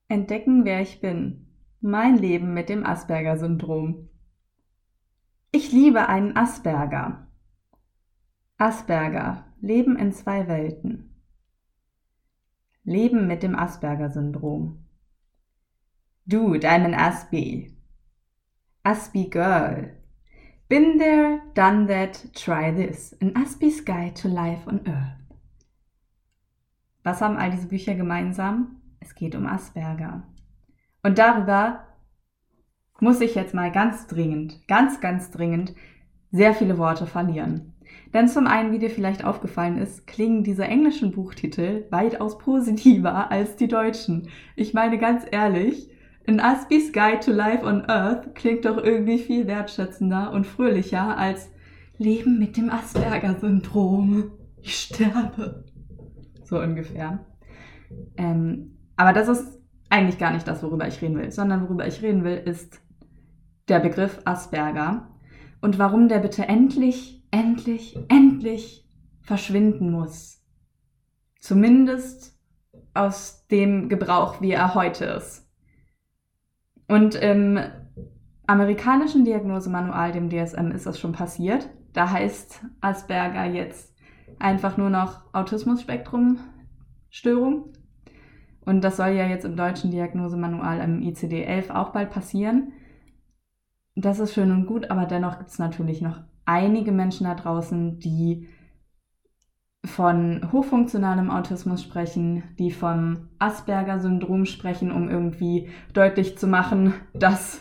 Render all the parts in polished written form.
Entdecken, wer ich bin. Mein Leben mit dem Asperger-Syndrom. Ich liebe einen Asperger. Asperger, Leben in zwei Welten. Leben mit dem Asperger-Syndrom. Dude, I'm an Aspie. Aspie Girl. Been there, done that, try this. An Aspie's Guide to Life on Earth. Was haben all diese Bücher gemeinsam? Es geht um Asperger. Und darüber muss ich jetzt mal ganz dringend sehr viele Worte verlieren. Denn zum einen, wie dir vielleicht aufgefallen ist, klingen diese englischen Buchtitel weitaus positiver als die deutschen. Ich meine ganz ehrlich, An Aspie's Guide to Life on Earth klingt doch irgendwie viel wertschätzender und fröhlicher als Leben mit dem Asperger-Syndrom. Ich sterbe. So ungefähr. Aber das ist eigentlich gar nicht das, worüber ich reden will, sondern worüber ich reden will, ist der Begriff Asperger und warum der bitte endlich verschwinden muss. Zumindest aus dem Gebrauch, wie er heute ist. Und im amerikanischen Diagnosemanual, dem DSM, ist das schon passiert. Da heißt Asperger jetzt einfach nur noch Autismus-Spektrum-Störung. Und das soll ja jetzt im deutschen Diagnosemanual im ICD-11 auch bald passieren. Das ist schön und gut, aber dennoch gibt es natürlich noch einige Menschen da draußen, die von hochfunktionalem Autismus sprechen, die vom Asperger-Syndrom sprechen, um irgendwie deutlich zu machen, dass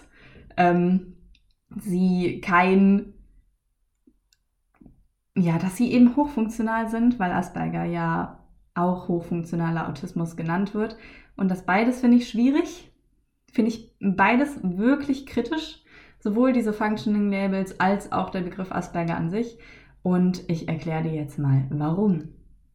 sie dass sie eben hochfunktional sind, weil Asperger ja auch hochfunktionaler Autismus genannt wird. Und das beides finde ich schwierig. Finde ich beides wirklich kritisch. Sowohl diese Functioning Labels als auch der Begriff Asperger an sich. Und ich erkläre dir jetzt mal, warum.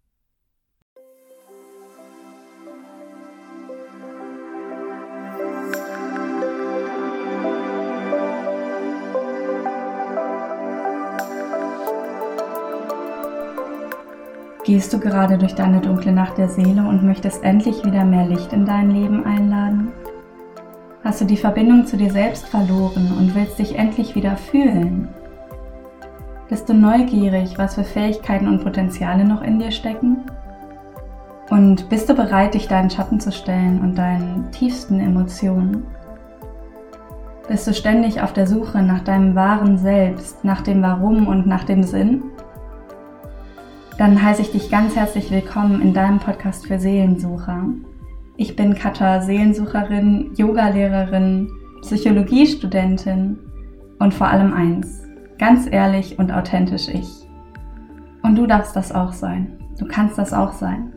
Gehst du gerade durch deine dunkle Nacht der Seele und möchtest endlich wieder mehr Licht in dein Leben einladen? Hast du die Verbindung zu dir selbst verloren und willst dich endlich wieder fühlen? Bist du neugierig, was für Fähigkeiten und Potenziale noch in dir stecken? Und bist du bereit, dich deinen Schatten zu stellen und deinen tiefsten Emotionen? Bist du ständig auf der Suche nach deinem wahren Selbst, nach dem Warum und nach dem Sinn? Dann heiße ich dich ganz herzlich willkommen in deinem Podcast für Seelensucher. Ich bin Katha, Seelensucherin, Yogalehrerin, Psychologiestudentin und vor allem eins, ganz ehrlich und authentisch ich. Und du darfst das auch sein. Du kannst das auch sein.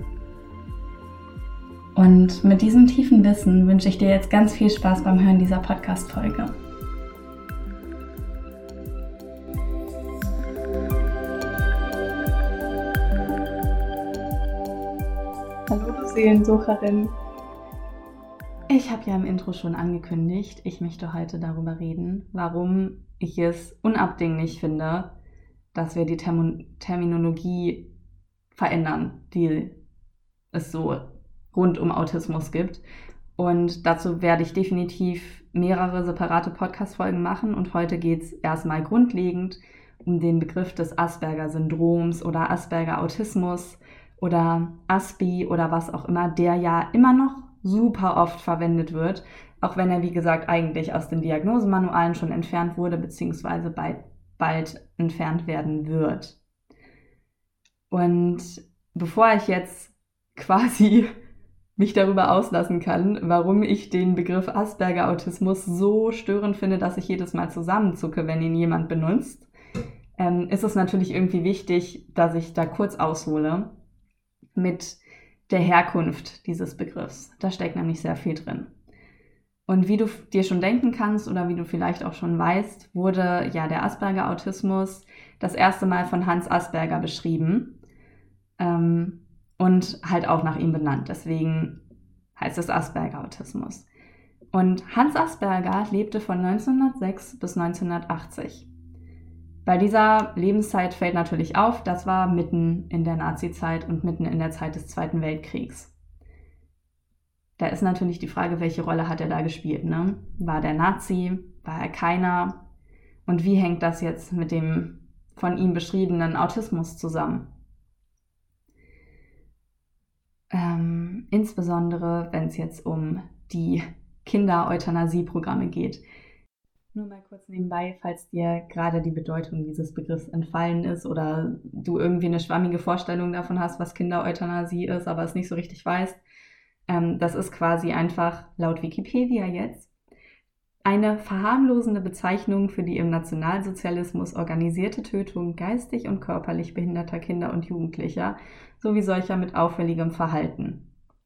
Und mit diesem tiefen Wissen wünsche ich dir jetzt ganz viel Spaß beim Hören dieser Podcast-Folge. Hallo du Seelensucherin. Ich habe ja im Intro schon angekündigt, ich möchte heute darüber reden, warum ich es unabdinglich finde, dass wir die Terminologie verändern, die es so rund um Autismus gibt. Und dazu werde ich definitiv mehrere separate Podcast-Folgen machen. Und heute geht es erstmal grundlegend um den Begriff des Asperger-Syndroms oder Asperger-Autismus oder Aspie oder was auch immer, der ja immer noch super oft verwendet wird, auch wenn er, wie gesagt, eigentlich aus den Diagnosemanualen schon entfernt wurde, beziehungsweise bald entfernt werden wird. Und bevor ich jetzt quasi mich darüber auslassen kann, warum ich den Begriff Asperger-Autismus so störend finde, dass ich jedes Mal zusammenzucke, wenn ihn jemand benutzt, ist es natürlich irgendwie wichtig, dass ich da kurz aushole mit der Herkunft dieses Begriffs. Da steckt nämlich sehr viel drin. Und wie du dir schon denken kannst oder wie du vielleicht auch schon weißt, wurde ja der Asperger-Autismus das erste Mal von Hans Asperger beschrieben und halt auch nach ihm benannt. Deswegen heißt es Asperger-Autismus. Und Hans Asperger lebte von 1906 bis 1980. Bei dieser Lebenszeit fällt natürlich auf, das war mitten in der Nazi-Zeit und mitten in der Zeit des Zweiten Weltkriegs. Da ist natürlich die Frage, welche Rolle hat er da gespielt, ne? War der Nazi? War er keiner? Und wie hängt das jetzt mit dem von ihm beschriebenen Autismus zusammen? Insbesondere, wenn es jetzt um die Kinder-Euthanasie-Programme geht. Nur mal kurz nebenbei, falls dir gerade die Bedeutung dieses Begriffs entfallen ist oder du irgendwie eine schwammige Vorstellung davon hast, was Kinder-Euthanasie ist, aber es nicht so richtig weißt. Das ist quasi einfach, laut Wikipedia jetzt, eine verharmlosende Bezeichnung für die im Nationalsozialismus organisierte Tötung geistig und körperlich behinderter Kinder und Jugendlicher sowie solcher mit auffälligem Verhalten.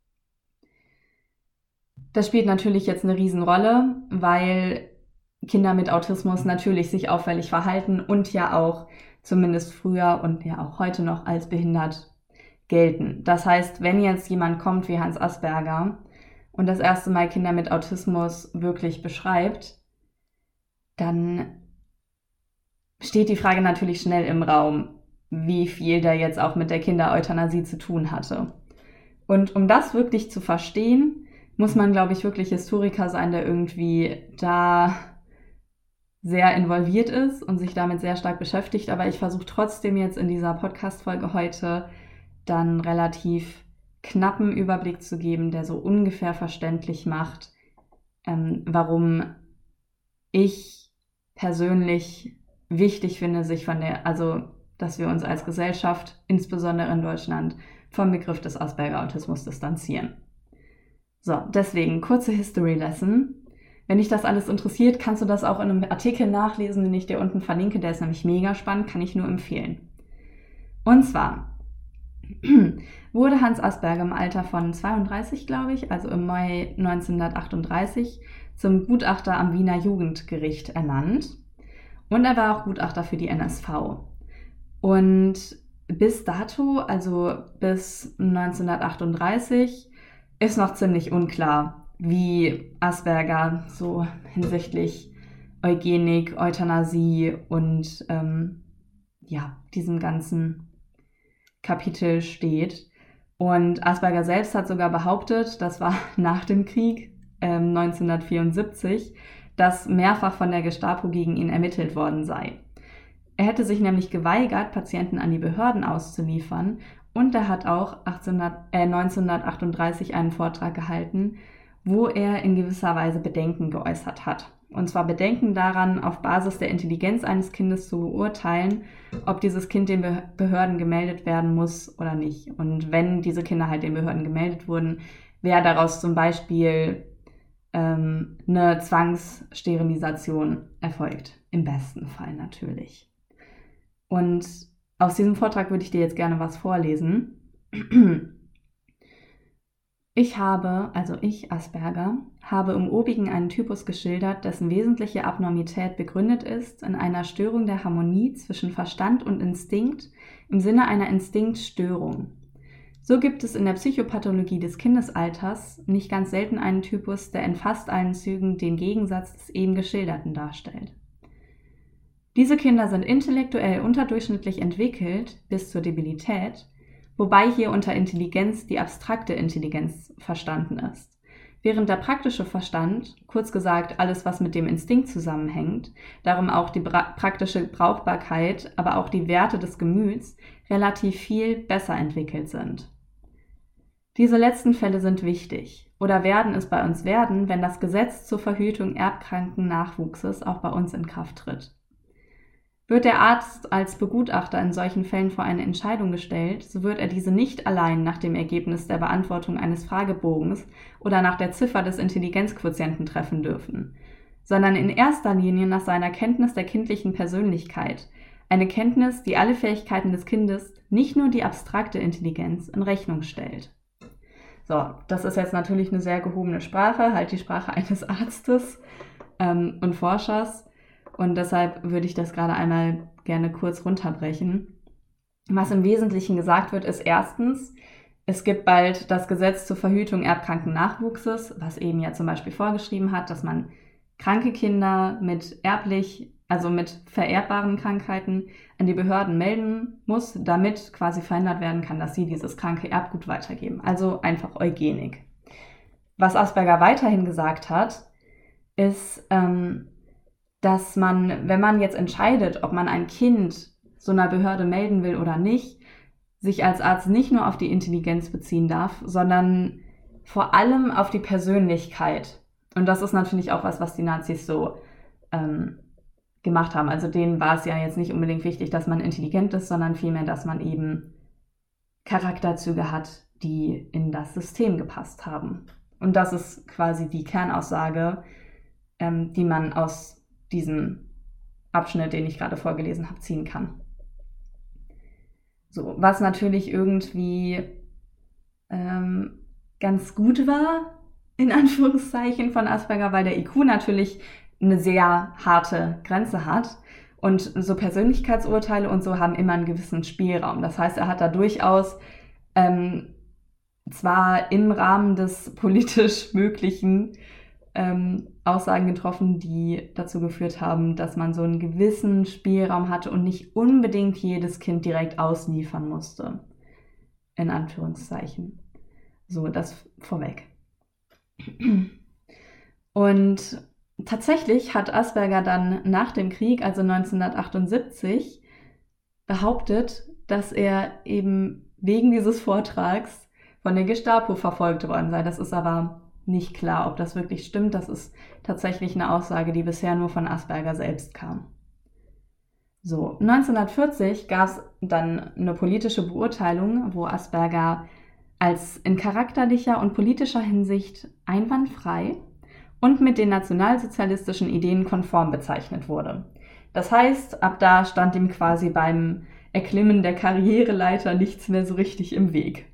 Das spielt natürlich jetzt eine Riesenrolle, weil Kinder mit Autismus natürlich sich auffällig verhalten und ja auch zumindest früher und ja auch heute noch als behindert gelten. Das heißt, wenn jetzt jemand kommt wie Hans Asperger und das erste Mal Kinder mit Autismus wirklich beschreibt, dann steht die Frage natürlich schnell im Raum, wie viel der jetzt auch mit der Kindereuthanasie zu tun hatte. Und um das wirklich zu verstehen, muss man, glaube ich, wirklich Historiker sein, der irgendwie da sehr involviert ist und sich damit sehr stark beschäftigt. Aber ich versuche trotzdem jetzt in dieser Podcast-Folge heute dann relativ knappen Überblick zu geben, der so ungefähr verständlich macht, warum ich persönlich wichtig finde, dass wir uns als Gesellschaft, insbesondere in Deutschland, vom Begriff des Asperger-Autismus distanzieren. So, deswegen kurze History Lesson. Wenn dich das alles interessiert, kannst du das auch in einem Artikel nachlesen, den ich dir unten verlinke. Der ist nämlich mega spannend, kann ich nur empfehlen. Und zwar wurde Hans Asperger im Alter von 32, glaube ich, also im Mai 1938, zum Gutachter am Wiener Jugendgericht ernannt. Und er war auch Gutachter für die NSV. Und bis dato, also bis 1938, ist noch ziemlich unklar, wie Asperger so hinsichtlich Eugenik, Euthanasie und diesem ganzen Kapitel steht. Und Asperger selbst hat sogar behauptet, das war nach dem Krieg 1974, dass mehrfach von der Gestapo gegen ihn ermittelt worden sei. Er hätte sich nämlich geweigert, Patienten an die Behörden auszuliefern, und er hat auch 1938 einen Vortrag gehalten, wo er in gewisser Weise Bedenken geäußert hat. Und zwar Bedenken daran, auf Basis der Intelligenz eines Kindes zu beurteilen, ob dieses Kind den Behörden gemeldet werden muss oder nicht. Und wenn diese Kinder halt den Behörden gemeldet wurden, wäre daraus zum Beispiel eine Zwangssterilisation erfolgt. Im besten Fall natürlich. Und aus diesem Vortrag würde ich dir jetzt gerne was vorlesen. Ich, Asperger, habe im Obigen einen Typus geschildert, dessen wesentliche Abnormität begründet ist in einer Störung der Harmonie zwischen Verstand und Instinkt im Sinne einer Instinktstörung. So gibt es in der Psychopathologie des Kindesalters nicht ganz selten einen Typus, der in fast allen Zügen den Gegensatz des eben Geschilderten darstellt. Diese Kinder sind intellektuell unterdurchschnittlich entwickelt bis zur Debilität, wobei hier unter Intelligenz die abstrakte Intelligenz verstanden ist, während der praktische Verstand, kurz gesagt alles, was mit dem Instinkt zusammenhängt, darum auch die praktische Brauchbarkeit, aber auch die Werte des Gemüts, relativ viel besser entwickelt sind. Diese letzten Fälle sind wichtig oder werden es bei uns werden, wenn das Gesetz zur Verhütung erbkranken Nachwuchses auch bei uns in Kraft tritt. Wird der Arzt als Begutachter in solchen Fällen vor eine Entscheidung gestellt, so wird er diese nicht allein nach dem Ergebnis der Beantwortung eines Fragebogens oder nach der Ziffer des Intelligenzquotienten treffen dürfen, sondern in erster Linie nach seiner Kenntnis der kindlichen Persönlichkeit, eine Kenntnis, die alle Fähigkeiten des Kindes, nicht nur die abstrakte Intelligenz, in Rechnung stellt. So, das ist jetzt natürlich eine sehr gehobene Sprache, halt die Sprache eines Arztes und Forschers. Und deshalb würde ich das gerade einmal gerne kurz runterbrechen. Was im Wesentlichen gesagt wird, ist erstens, es gibt bald das Gesetz zur Verhütung erbkranken Nachwuchses, was eben ja zum Beispiel vorgeschrieben hat, dass man kranke Kinder mit vererbbaren Krankheiten an die Behörden melden muss, damit quasi verhindert werden kann, dass sie dieses kranke Erbgut weitergeben. Also einfach Eugenik. Was Asperger weiterhin gesagt hat, ist, dass man, wenn man jetzt entscheidet, ob man ein Kind so einer Behörde melden will oder nicht, sich als Arzt nicht nur auf die Intelligenz beziehen darf, sondern vor allem auf die Persönlichkeit. Und das ist natürlich auch was die Nazis so gemacht haben. Also denen war es ja jetzt nicht unbedingt wichtig, dass man intelligent ist, sondern vielmehr, dass man eben Charakterzüge hat, die in das System gepasst haben. Und das ist quasi die Kernaussage, die man aus diesem Abschnitt, den ich gerade vorgelesen habe, ziehen kann. So, was natürlich irgendwie ganz gut war, in Anführungszeichen, von Asperger, weil der IQ natürlich eine sehr harte Grenze hat. Und so Persönlichkeitsurteile und so haben immer einen gewissen Spielraum. Das heißt, er hat da durchaus zwar im Rahmen des politisch Möglichen Aussagen getroffen, die dazu geführt haben, dass man so einen gewissen Spielraum hatte und nicht unbedingt jedes Kind direkt ausliefern musste. In Anführungszeichen. So, das vorweg. Und tatsächlich hat Asperger dann nach dem Krieg, also 1978, behauptet, dass er eben wegen dieses Vortrags von der Gestapo verfolgt worden sei. Das ist aber nicht klar, ob das wirklich stimmt. Das ist tatsächlich eine Aussage, die bisher nur von Asperger selbst kam. So, 1940 gab es dann eine politische Beurteilung, wo Asperger als in charakterlicher und politischer Hinsicht einwandfrei und mit den nationalsozialistischen Ideen konform bezeichnet wurde. Das heißt, ab da stand ihm quasi beim Erklimmen der Karriereleiter nichts mehr so richtig im Weg.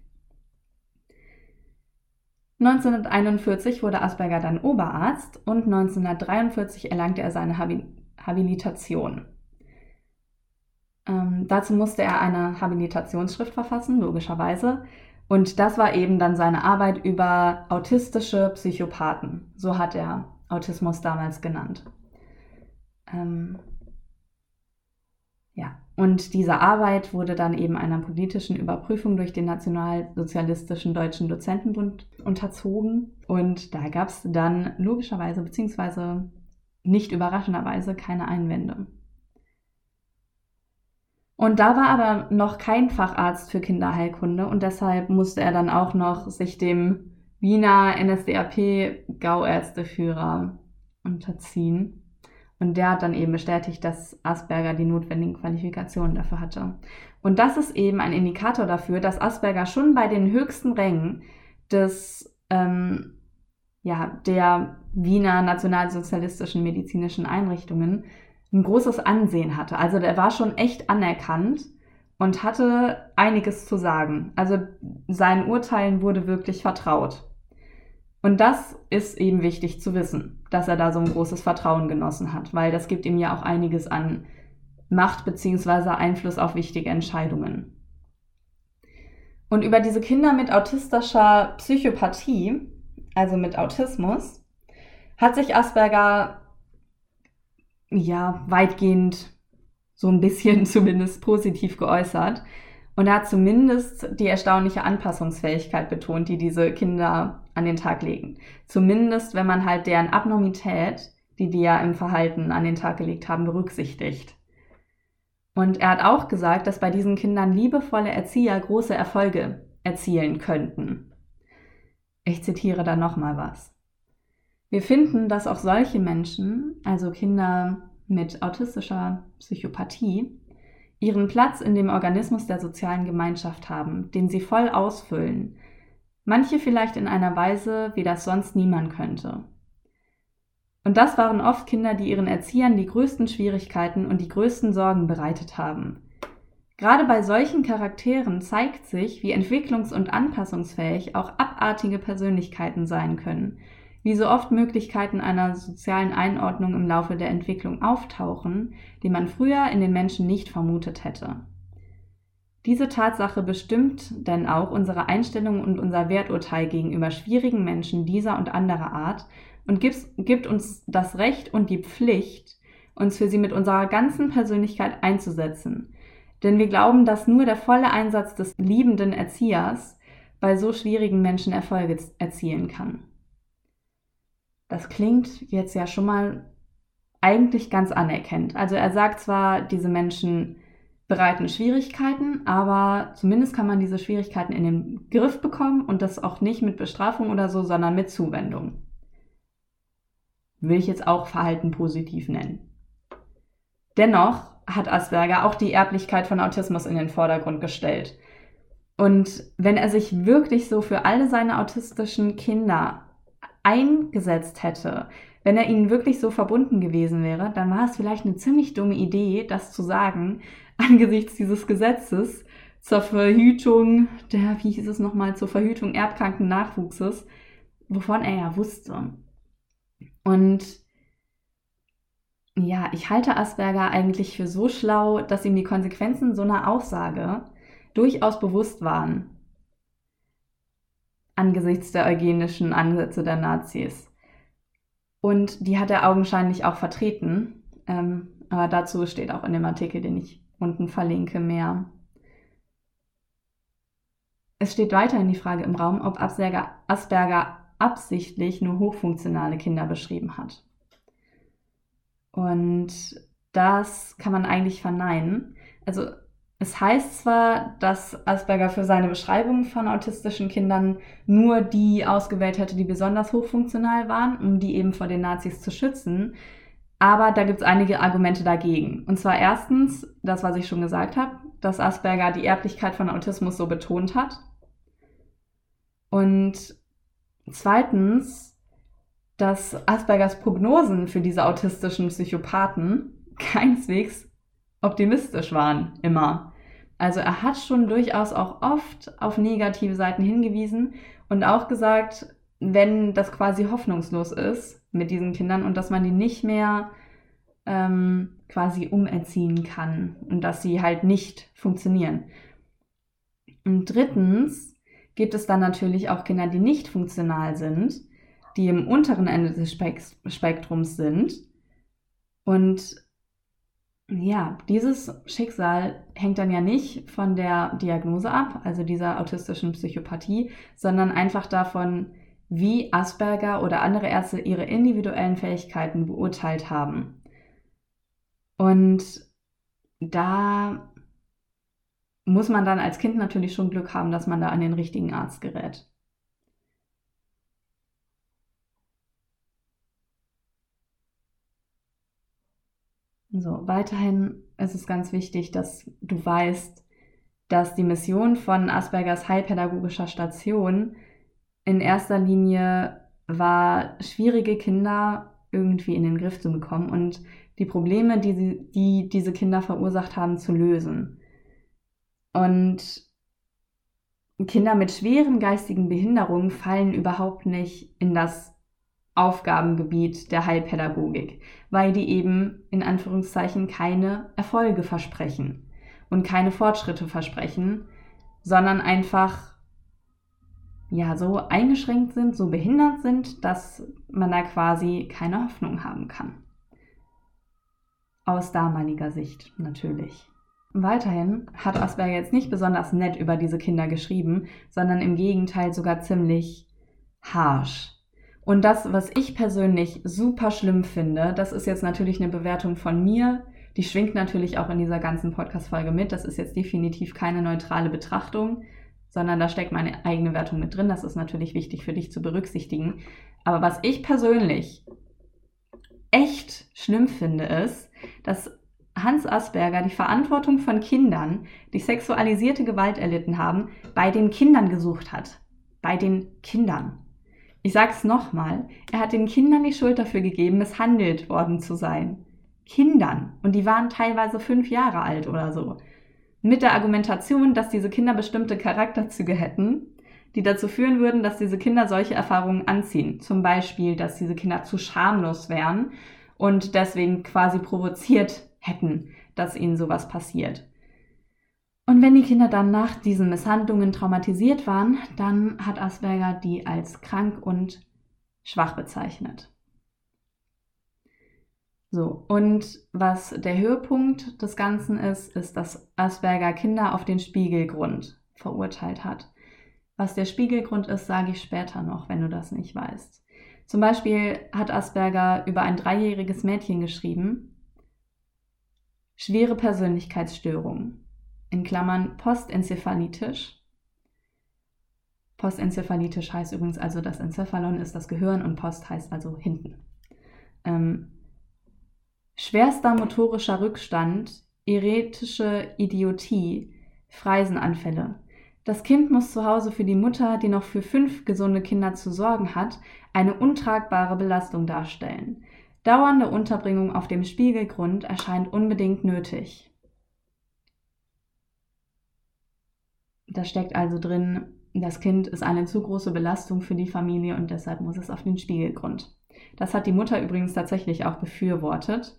1941 wurde Asperger dann Oberarzt und 1943 erlangte er seine Habilitation. Dazu musste er eine Habilitationsschrift verfassen, logischerweise. Und das war eben dann seine Arbeit über autistische Psychopathen. So hat er Autismus damals genannt. Und diese Arbeit wurde dann eben einer politischen Überprüfung durch den Nationalsozialistischen Deutschen Dozentenbund unterzogen. Und da gab es dann logischerweise bzw. nicht überraschenderweise keine Einwände. Und da war aber noch kein Facharzt für Kinderheilkunde und deshalb musste er dann auch noch sich dem Wiener NSDAP-Gauärzteführer unterziehen. Und der hat dann eben bestätigt, dass Asperger die notwendigen Qualifikationen dafür hatte. Und das ist eben ein Indikator dafür, dass Asperger schon bei den höchsten Rängen des, der Wiener nationalsozialistischen medizinischen Einrichtungen ein großes Ansehen hatte. Also der war schon echt anerkannt und hatte einiges zu sagen. Also seinen Urteilen wurde wirklich vertraut. Und das ist eben wichtig zu wissen, dass er da so ein großes Vertrauen genossen hat, weil das gibt ihm ja auch einiges an Macht bzw. Einfluss auf wichtige Entscheidungen. Und über diese Kinder mit autistischer Psychopathie, also mit Autismus, hat sich Asperger weitgehend so ein bisschen zumindest positiv geäußert. Und er hat zumindest die erstaunliche Anpassungsfähigkeit betont, die diese Kinder an den Tag legen. Zumindest, wenn man halt deren Abnormität, die ja im Verhalten an den Tag gelegt haben, berücksichtigt. Und er hat auch gesagt, dass bei diesen Kindern liebevolle Erzieher große Erfolge erzielen könnten. Ich zitiere da nochmal was. Wir finden, dass auch solche Menschen, also Kinder mit autistischer Psychopathie, ihren Platz in dem Organismus der sozialen Gemeinschaft haben, den sie voll ausfüllen. Manche vielleicht in einer Weise, wie das sonst niemand könnte. Und das waren oft Kinder, die ihren Erziehern die größten Schwierigkeiten und die größten Sorgen bereitet haben. Gerade bei solchen Charakteren zeigt sich, wie entwicklungs- und anpassungsfähig auch abartige Persönlichkeiten sein können, wie so oft Möglichkeiten einer sozialen Einordnung im Laufe der Entwicklung auftauchen, die man früher in den Menschen nicht vermutet hätte. Diese Tatsache bestimmt denn auch unsere Einstellung und unser Werturteil gegenüber schwierigen Menschen dieser und anderer Art und gibt uns das Recht und die Pflicht, uns für sie mit unserer ganzen Persönlichkeit einzusetzen. Denn wir glauben, dass nur der volle Einsatz des liebenden Erziehers bei so schwierigen Menschen Erfolge erzielen kann. Das klingt jetzt ja schon mal eigentlich ganz anerkennend. Also er sagt zwar, diese Menschen bereiten Schwierigkeiten, aber zumindest kann man diese Schwierigkeiten in den Griff bekommen und das auch nicht mit Bestrafung oder so, sondern mit Zuwendung. Will ich jetzt auch Verhalten positiv nennen. Dennoch hat Asperger auch die Erblichkeit von Autismus in den Vordergrund gestellt. Und wenn er sich wirklich so für alle seine autistischen Kinder eingesetzt hätte, wenn er ihnen wirklich so verbunden gewesen wäre, dann war es vielleicht eine ziemlich dumme Idee, das zu sagen, angesichts dieses Gesetzes zur Verhütung wie hieß es nochmal, zur Verhütung erbkranken Nachwuchses, wovon er ja wusste. Und ja, ich halte Asperger eigentlich für so schlau, dass ihm die Konsequenzen so einer Aussage durchaus bewusst waren, angesichts der eugenischen Ansätze der Nazis. Und die hat er augenscheinlich auch vertreten, aber dazu steht auch in dem Artikel, den ich unten verlinke, mehr. Es steht weiterhin die Frage im Raum, ob Asperger absichtlich nur hochfunktionale Kinder beschrieben hat. Und das kann man eigentlich verneinen. Also es heißt zwar, dass Asperger für seine Beschreibung von autistischen Kindern nur die ausgewählt hätte, die besonders hochfunktional waren, um die eben vor den Nazis zu schützen. Aber da gibt es einige Argumente dagegen. Und zwar erstens, das, was ich schon gesagt habe, dass Asperger die Erblichkeit von Autismus so betont hat. Und zweitens, dass Aspergers Prognosen für diese autistischen Psychopathen keineswegs optimistisch waren, immer. Also er hat schon durchaus auch oft auf negative Seiten hingewiesen und auch gesagt, wenn das quasi hoffnungslos ist mit diesen Kindern und dass man die nicht mehr quasi umerziehen kann und dass sie halt nicht funktionieren. Und drittens gibt es dann natürlich auch Kinder, die nicht funktional sind, die im unteren Ende des Spektrums sind. Und ja, dieses Schicksal hängt dann ja nicht von der Diagnose ab, also dieser autistischen Psychopathie, sondern einfach davon, wie Asperger oder andere Ärzte ihre individuellen Fähigkeiten beurteilt haben. Und da muss man dann als Kind natürlich schon Glück haben, dass man da an den richtigen Arzt gerät. So, weiterhin ist es ganz wichtig, dass du weißt, dass die Mission von Aspergers Heilpädagogischer Station in erster Linie war, schwierige Kinder irgendwie in den Griff zu bekommen und die Probleme, die diese Kinder verursacht haben, zu lösen. Und Kinder mit schweren geistigen Behinderungen fallen überhaupt nicht in das Aufgabengebiet der Heilpädagogik, weil die eben in Anführungszeichen keine Erfolge versprechen und keine Fortschritte versprechen, sondern einfach ja so eingeschränkt sind, so behindert sind, dass man da quasi keine Hoffnung haben kann. Aus damaliger Sicht natürlich. Weiterhin hat Asperger jetzt nicht besonders nett über diese Kinder geschrieben, sondern im Gegenteil sogar ziemlich harsch. Und das, was ich persönlich super schlimm finde, das ist jetzt natürlich eine Bewertung von mir, die schwingt natürlich auch in dieser ganzen Podcast-Folge mit. Das ist jetzt definitiv keine neutrale Betrachtung, sondern da steckt meine eigene Wertung mit drin. Das ist natürlich wichtig für dich zu berücksichtigen. Aber was ich persönlich echt schlimm finde, ist, dass Hans Asperger die Verantwortung von Kindern, die sexualisierte Gewalt erlitten haben, bei den Kindern gesucht hat. Bei den Kindern. Ich sag's nochmal, er hat den Kindern die Schuld dafür gegeben, misshandelt worden zu sein. Kindern. Und die waren teilweise 5 Jahre alt oder so. Mit der Argumentation, dass diese Kinder bestimmte Charakterzüge hätten, die dazu führen würden, dass diese Kinder solche Erfahrungen anziehen. Zum Beispiel, dass diese Kinder zu schamlos wären und deswegen quasi provoziert hätten, dass ihnen sowas passiert. Und wenn die Kinder dann nach diesen Misshandlungen traumatisiert waren, dann hat Asperger die als krank und schwach bezeichnet. So, und was der Höhepunkt des Ganzen ist, dass Asperger Kinder auf den Spiegelgrund verurteilt hat. Was der Spiegelgrund ist, sage ich später noch, wenn du das nicht weißt. Zum Beispiel hat Asperger über ein 3-jähriges Mädchen geschrieben: schwere Persönlichkeitsstörung, in Klammern postencephalitisch. Postencephalitisch heißt übrigens also, das Encephalon ist das Gehirn und Post heißt also hinten. Schwerster motorischer Rückstand, eretische Idiotie, Freisenanfälle. Das Kind muss zu Hause für die Mutter, die noch für 5 gesunde Kinder zu sorgen hat, eine untragbare Belastung darstellen. Dauernde Unterbringung auf dem Spiegelgrund erscheint unbedingt nötig. Da steckt also drin, das Kind ist eine zu große Belastung für die Familie und deshalb muss es auf den Spiegelgrund. Das hat die Mutter übrigens tatsächlich auch befürwortet.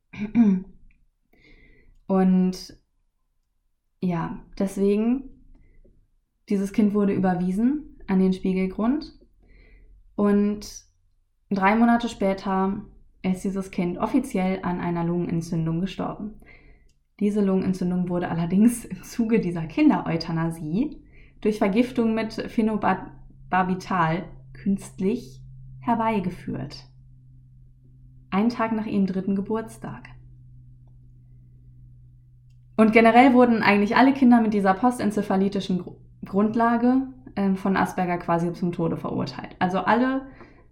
Und ja, deswegen, dieses Kind wurde überwiesen an den Spiegelgrund und 3 Monate später ist dieses Kind offiziell an einer Lungenentzündung gestorben. Diese Lungenentzündung wurde allerdings im Zuge dieser Kindereuthanasie durch Vergiftung mit Phenobarbital künstlich herbeigeführt. Einen Tag nach ihrem 3. Geburtstag. Und generell wurden eigentlich alle Kinder mit dieser postenzephalitischen Grundlage von Asperger quasi zum Tode verurteilt. Also alle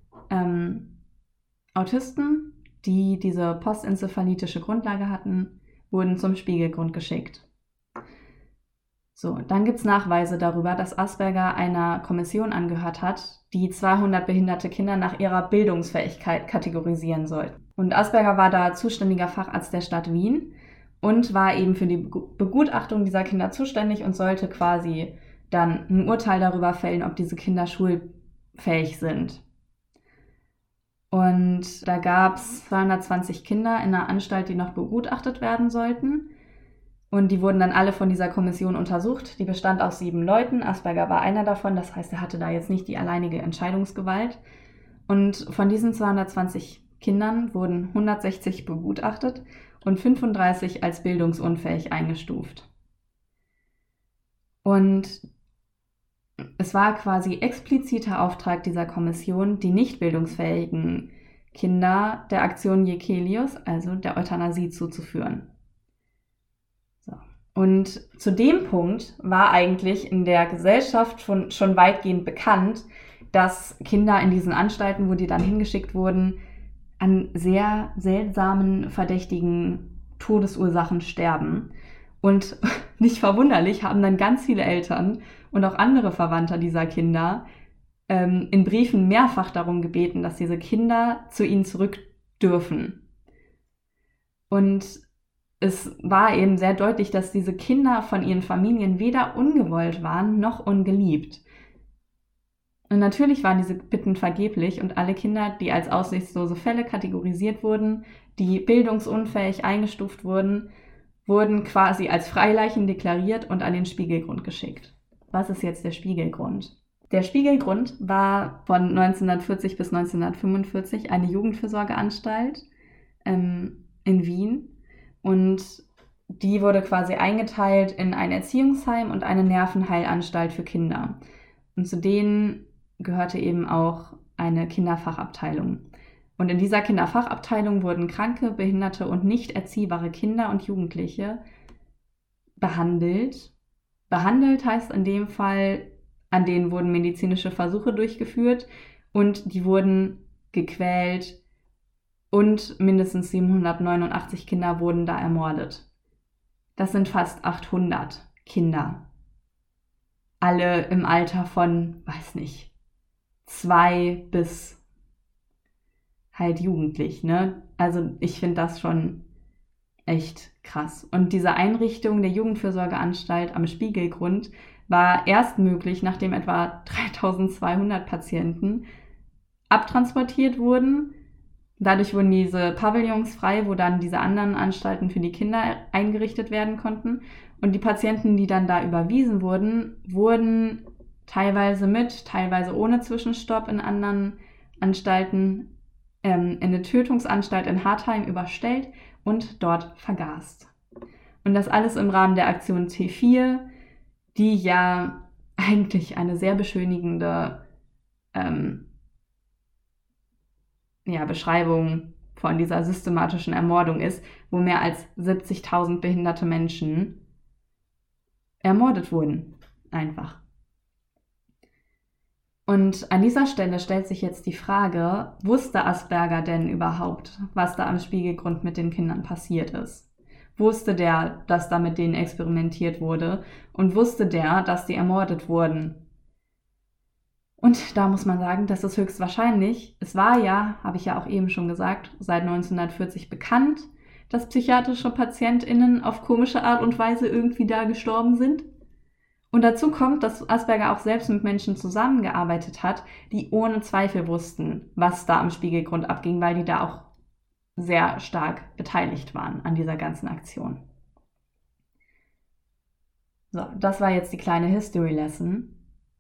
Autisten, die diese postenzephalitische Grundlage hatten, wurden zum Spiegelgrund geschickt. So, dann gibt es Nachweise darüber, dass Asperger einer Kommission angehört hat, die 200 behinderte Kinder nach ihrer Bildungsfähigkeit kategorisieren sollten. Und Asperger war da zuständiger Facharzt der Stadt Wien und war eben für die Begutachtung dieser Kinder zuständig und sollte quasi dann ein Urteil darüber fällen, ob diese Kinder schulfähig sind. Und da gab es 220 Kinder in einer Anstalt, die noch begutachtet werden sollten. Und die wurden dann alle von dieser Kommission untersucht. Die bestand aus 7 Leuten. Asperger war einer davon. Das heißt, er hatte da jetzt nicht die alleinige Entscheidungsgewalt. Und von diesen 220 Kindern wurden 160 begutachtet und 35 als bildungsunfähig eingestuft. Und es war quasi expliziter Auftrag dieser Kommission, die nicht bildungsfähigen Kinder der Aktion Jekelius, also der Euthanasie, zuzuführen. So. Und zu dem Punkt war eigentlich in der Gesellschaft schon weitgehend bekannt, dass Kinder in diesen Anstalten, wo die dann hingeschickt wurden, an sehr seltsamen, verdächtigen Todesursachen sterben. Und nicht verwunderlich haben dann ganz viele Eltern und auch andere Verwandte dieser Kinder in Briefen mehrfach darum gebeten, dass diese Kinder zu ihnen zurück dürfen. Und es war eben sehr deutlich, dass diese Kinder von ihren Familien weder ungewollt waren noch ungeliebt. Und natürlich waren diese Bitten vergeblich und alle Kinder, die als aussichtslose Fälle kategorisiert wurden, die bildungsunfähig eingestuft wurden, wurden quasi als Freileichen deklariert und an den Spiegelgrund geschickt. Was ist jetzt der Spiegelgrund? Der Spiegelgrund war von 1940 bis 1945 eine Jugendfürsorgeanstalt in Wien und die wurde quasi eingeteilt in ein Erziehungsheim und eine Nervenheilanstalt für Kinder. Und zu denen gehörte eben auch eine Kinderfachabteilung. Und in dieser Kinderfachabteilung wurden kranke, behinderte und nicht erziehbare Kinder und Jugendliche behandelt. Behandelt heißt in dem Fall, an denen wurden medizinische Versuche durchgeführt und die wurden gequält und mindestens 789 Kinder wurden da ermordet. Das sind fast 800 Kinder. Alle im Alter von, 2 bis halt jugendlich, ne? Also ich finde das schon echt krass. Und diese Einrichtung der Jugendfürsorgeanstalt am Spiegelgrund war erst möglich, nachdem etwa 3200 Patienten abtransportiert wurden. Dadurch wurden diese Pavillons frei, wo dann diese anderen Anstalten für die Kinder eingerichtet werden konnten. Und die Patienten, die dann da überwiesen wurden, wurden teilweise mit, teilweise ohne Zwischenstopp in anderen Anstalten in eine Tötungsanstalt in Hartheim überstellt und dort vergast. Und das alles im Rahmen der Aktion T4, die ja eigentlich eine sehr beschönigende Beschreibung von dieser systematischen Ermordung ist, wo mehr als 70.000 behinderte Menschen ermordet wurden. Einfach. Und an dieser Stelle stellt sich jetzt die Frage, wusste Asperger denn überhaupt, was da am Spiegelgrund mit den Kindern passiert ist? Wusste der, dass da mit denen experimentiert wurde? Und wusste der, dass die ermordet wurden? Und da muss man sagen, das ist höchstwahrscheinlich. Es war ja, habe ich ja auch eben schon gesagt, seit 1940 bekannt, dass psychiatrische PatientInnen auf komische Art und Weise irgendwie da gestorben sind. Und dazu kommt, dass Asperger auch selbst mit Menschen zusammengearbeitet hat, die ohne Zweifel wussten, was da am Spiegelgrund abging, weil die da auch sehr stark beteiligt waren an dieser ganzen Aktion. So, das war jetzt die kleine History Lesson.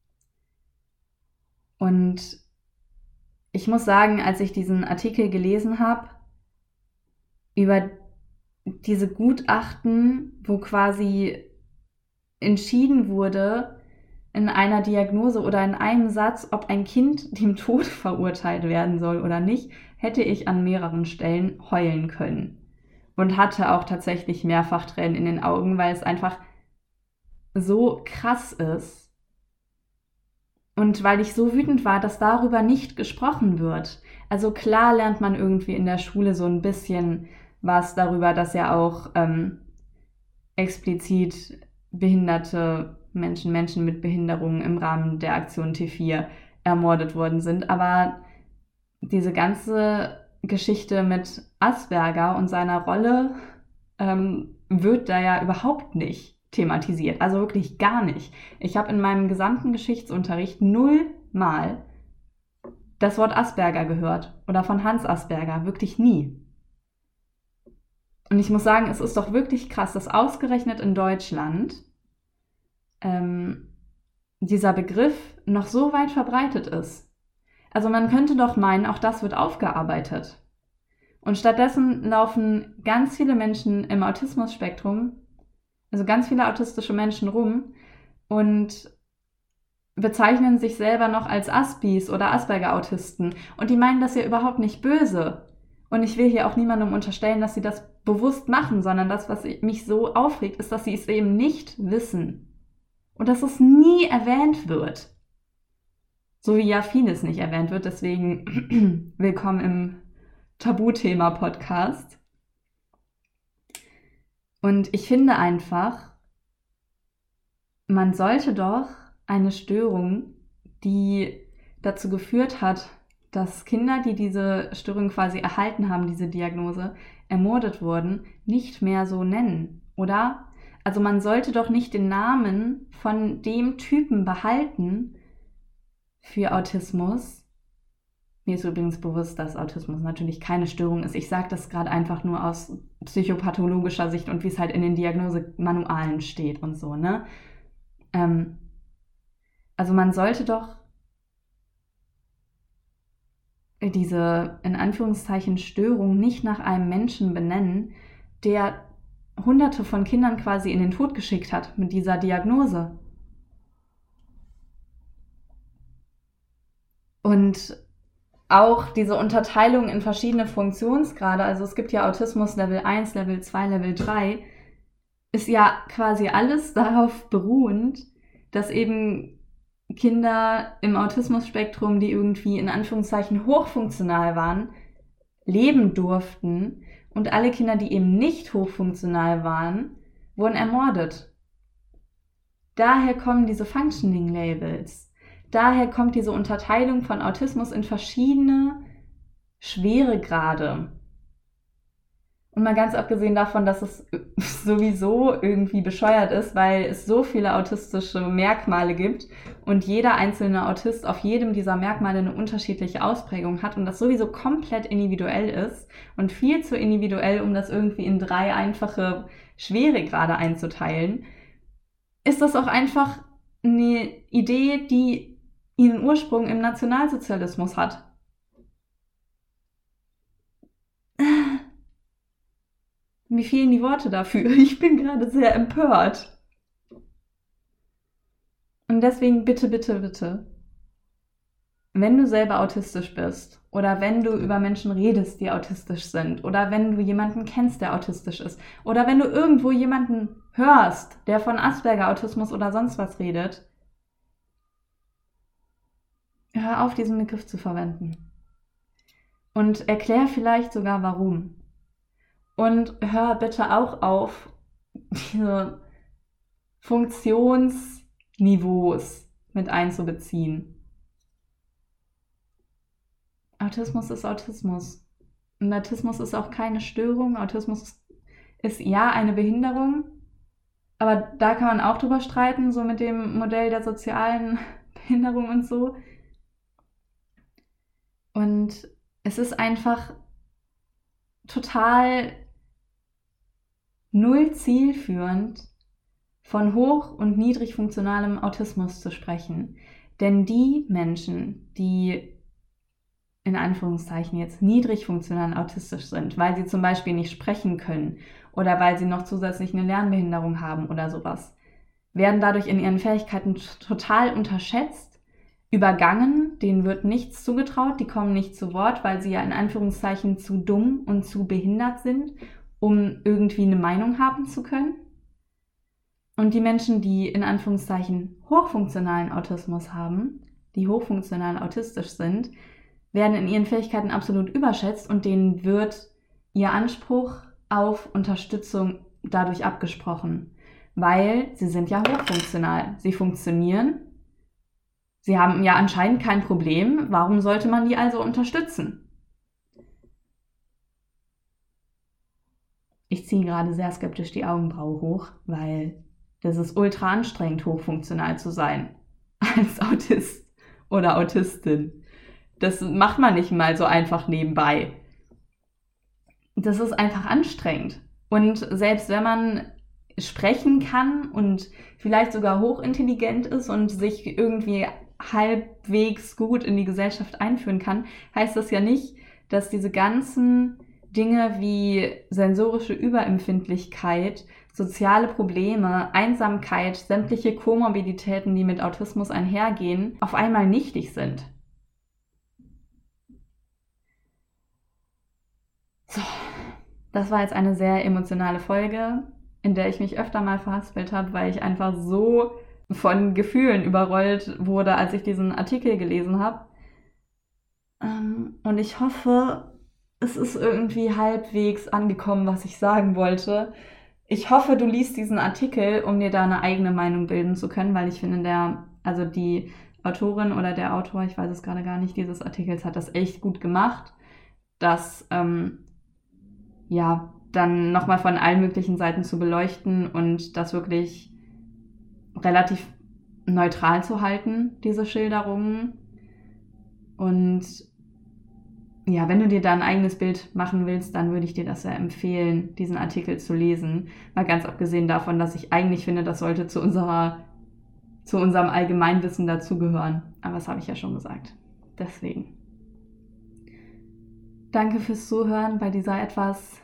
Und ich muss sagen, als ich diesen Artikel gelesen habe, über diese Gutachten, wo quasi entschieden wurde in einer Diagnose oder in einem Satz, ob ein Kind dem Tod verurteilt werden soll oder nicht, hätte ich an mehreren Stellen heulen können. Und hatte auch tatsächlich mehrfach Tränen in den Augen, weil es einfach so krass ist. Und weil ich so wütend war, dass darüber nicht gesprochen wird. Also klar lernt man irgendwie in der Schule so ein bisschen was darüber, dass ja auch explizit behinderte Menschen mit Behinderungen im Rahmen der Aktion T4 ermordet worden sind. Aber diese ganze Geschichte mit Asperger und seiner Rolle wird da ja überhaupt nicht thematisiert. Also wirklich gar nicht. Ich habe in meinem gesamten Geschichtsunterricht 0-mal das Wort Asperger gehört oder von Hans Asperger. Wirklich nie. Und ich muss sagen, es ist doch wirklich krass, dass ausgerechnet in Deutschland dieser Begriff noch so weit verbreitet ist. Also man könnte doch meinen, auch das wird aufgearbeitet. Und stattdessen laufen ganz viele Menschen im Autismus-Spektrum, also ganz viele autistische Menschen rum und bezeichnen sich selber noch als Aspis oder Asperger-Autisten. Und die meinen das ja überhaupt nicht böse. Und ich will hier auch niemandem unterstellen, dass sie das bewusst machen, sondern das, was mich so aufregt, ist, dass sie es eben nicht wissen. Und dass es nie erwähnt wird. So wie ja vieles nicht erwähnt wird. Deswegen willkommen im Tabuthema-Podcast. Und ich finde einfach, man sollte doch eine Störung, die dazu geführt hat, dass Kinder, die diese Störung quasi erhalten haben, diese Diagnose, ermordet wurden, nicht mehr so nennen, oder? Also man sollte doch nicht den Namen von dem Typen behalten für Autismus. Mir ist übrigens bewusst, dass Autismus natürlich keine Störung ist. Ich sage das gerade einfach nur aus psychopathologischer Sicht und wie es halt in den Diagnosemanualen steht und so, ne? Also man sollte doch diese, in Anführungszeichen, Störung nicht nach einem Menschen benennen, der Hunderte von Kindern quasi in den Tod geschickt hat mit dieser Diagnose. Und auch diese Unterteilung in verschiedene Funktionsgrade, also es gibt ja Autismus Level 1, Level 2, Level 3, ist ja quasi alles darauf beruhend, dass eben Kinder im Autismus-Spektrum, die irgendwie in Anführungszeichen hochfunktional waren, leben durften. Und alle Kinder, die eben nicht hochfunktional waren, wurden ermordet. Daher kommen diese Functioning Labels. Daher kommt diese Unterteilung von Autismus in verschiedene Schweregrade. Und mal ganz abgesehen davon, dass es sowieso irgendwie bescheuert ist, weil es so viele autistische Merkmale gibt und jeder einzelne Autist auf jedem dieser Merkmale eine unterschiedliche Ausprägung hat und das sowieso komplett individuell ist und viel zu individuell, um das irgendwie in 3 einfache Schweregrade einzuteilen, ist das auch einfach eine Idee, die ihren Ursprung im Nationalsozialismus hat. Mir fehlen die Worte dafür. Ich bin gerade sehr empört. Und deswegen bitte, bitte, bitte. wenn du selber autistisch bist oder wenn du über Menschen redest, die autistisch sind oder wenn du jemanden kennst, der autistisch ist oder wenn du irgendwo jemanden hörst, der von Asperger-Autismus oder sonst was redet, hör auf, diesen Begriff zu verwenden. Und erklär vielleicht sogar, warum. Und hör bitte auch auf, diese Funktionsniveaus mit einzubeziehen. Autismus ist Autismus. Und Autismus ist auch keine Störung. Autismus ist ja eine Behinderung. Aber da kann man auch drüber streiten, so mit dem Modell der sozialen Behinderung und so. Und es ist einfach total null zielführend, von hoch- und niedrig funktionalem Autismus zu sprechen. Denn die Menschen, die in Anführungszeichen jetzt niedrig funktional autistisch sind, weil sie zum Beispiel nicht sprechen können oder weil sie noch zusätzlich eine Lernbehinderung haben oder sowas, werden dadurch in ihren Fähigkeiten total unterschätzt, übergangen, denen wird nichts zugetraut, die kommen nicht zu Wort, weil sie ja in Anführungszeichen zu dumm und zu behindert sind, um irgendwie eine Meinung haben zu können. Und die Menschen, die in Anführungszeichen hochfunktionalen Autismus haben, die hochfunktional autistisch sind, werden in ihren Fähigkeiten absolut überschätzt und denen wird ihr Anspruch auf Unterstützung dadurch abgesprochen, weil sie sind ja hochfunktional. Sie funktionieren, sie haben ja anscheinend kein Problem, warum sollte man die also unterstützen? Ich ziehe gerade sehr skeptisch die Augenbraue hoch, weil das ist ultra anstrengend, hochfunktional zu sein als Autist oder Autistin. Das macht man nicht mal so einfach nebenbei. Das ist einfach anstrengend. Und selbst wenn man sprechen kann und vielleicht sogar hochintelligent ist und sich irgendwie halbwegs gut in die Gesellschaft einführen kann, heißt das ja nicht, dass diese ganzen Dinge wie sensorische Überempfindlichkeit, soziale Probleme, Einsamkeit, sämtliche Komorbiditäten, die mit Autismus einhergehen, auf einmal nichtig sind. So, das war jetzt eine sehr emotionale Folge, in der ich mich öfter mal verhaspelt habe, weil ich einfach so von Gefühlen überrollt wurde, als ich diesen Artikel gelesen habe. Und ich hoffe, es ist irgendwie halbwegs angekommen, was ich sagen wollte. Ich hoffe, du liest diesen Artikel, um dir da eine eigene Meinung bilden zu können, weil ich finde, die Autorin oder der Autor, ich weiß es gerade gar nicht, dieses Artikels hat das echt gut gemacht, das dann nochmal von allen möglichen Seiten zu beleuchten und das wirklich relativ neutral zu halten, diese Schilderungen. Und ja, wenn du dir da ein eigenes Bild machen willst, dann würde ich dir das sehr empfehlen, diesen Artikel zu lesen. Mal ganz abgesehen davon, dass ich eigentlich finde, das sollte zu unserem Allgemeinwissen dazugehören. Aber das habe ich ja schon gesagt. Deswegen. Danke fürs Zuhören bei dieser etwas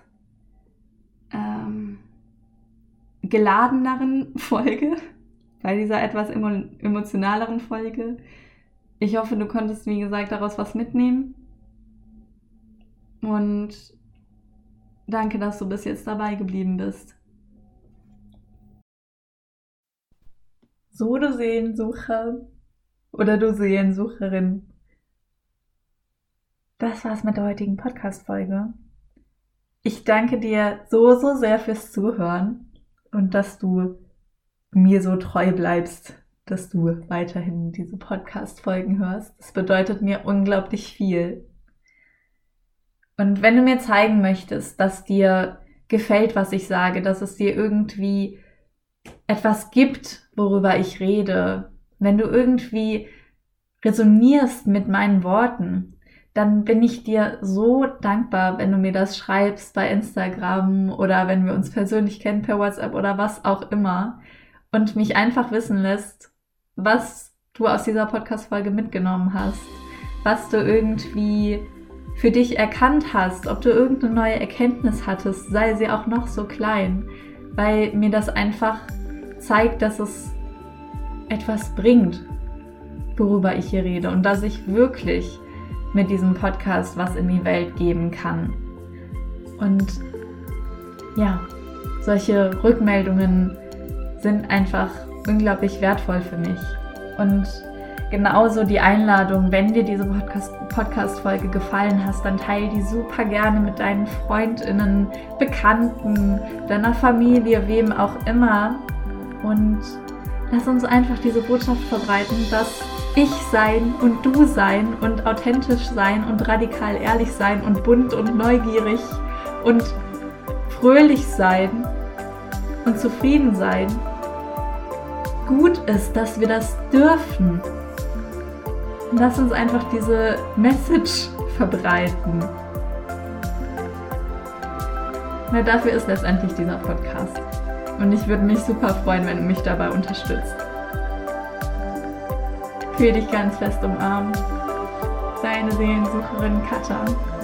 geladeneren Folge, bei dieser etwas emotionaleren Folge. Ich hoffe, du konntest, wie gesagt, daraus was mitnehmen. Und danke, dass du bis jetzt dabei geblieben bist. So, du Seelensucher oder du Seelensucherin. Das war's mit der heutigen Podcast-Folge. Ich danke dir so, so sehr fürs Zuhören und dass du mir so treu bleibst, dass du weiterhin diese Podcast-Folgen hörst. Das bedeutet mir unglaublich viel. Und wenn du mir zeigen möchtest, dass dir gefällt, was ich sage, dass es dir irgendwie etwas gibt, worüber ich rede, wenn du irgendwie resonierst mit meinen Worten, dann bin ich dir so dankbar, wenn du mir das schreibst bei Instagram oder wenn wir uns persönlich kennen per WhatsApp oder was auch immer und mich einfach wissen lässt, was du aus dieser Podcast-Folge mitgenommen hast, was du irgendwie für dich erkannt hast, ob du irgendeine neue Erkenntnis hattest, sei sie auch noch so klein, weil mir das einfach zeigt, dass es etwas bringt, worüber ich hier rede und dass ich wirklich mit diesem Podcast was in die Welt geben kann. Und ja, solche Rückmeldungen sind einfach unglaublich wertvoll für mich. Und genauso die Einladung, wenn dir diese Podcast-Folge gefallen hat, dann teile die super gerne mit deinen FreundInnen, Bekannten, deiner Familie, wem auch immer. Und lass uns einfach diese Botschaft verbreiten, dass ich sein und du sein und authentisch sein und radikal ehrlich sein und bunt und neugierig und fröhlich sein und zufrieden sein gut ist, dass wir das dürfen. Lass uns einfach diese Message verbreiten. Weil dafür ist letztendlich dieser Podcast. Und ich würde mich super freuen, wenn du mich dabei unterstützt. Fühl dich ganz fest umarmt. Deine Seelensucherin Katja.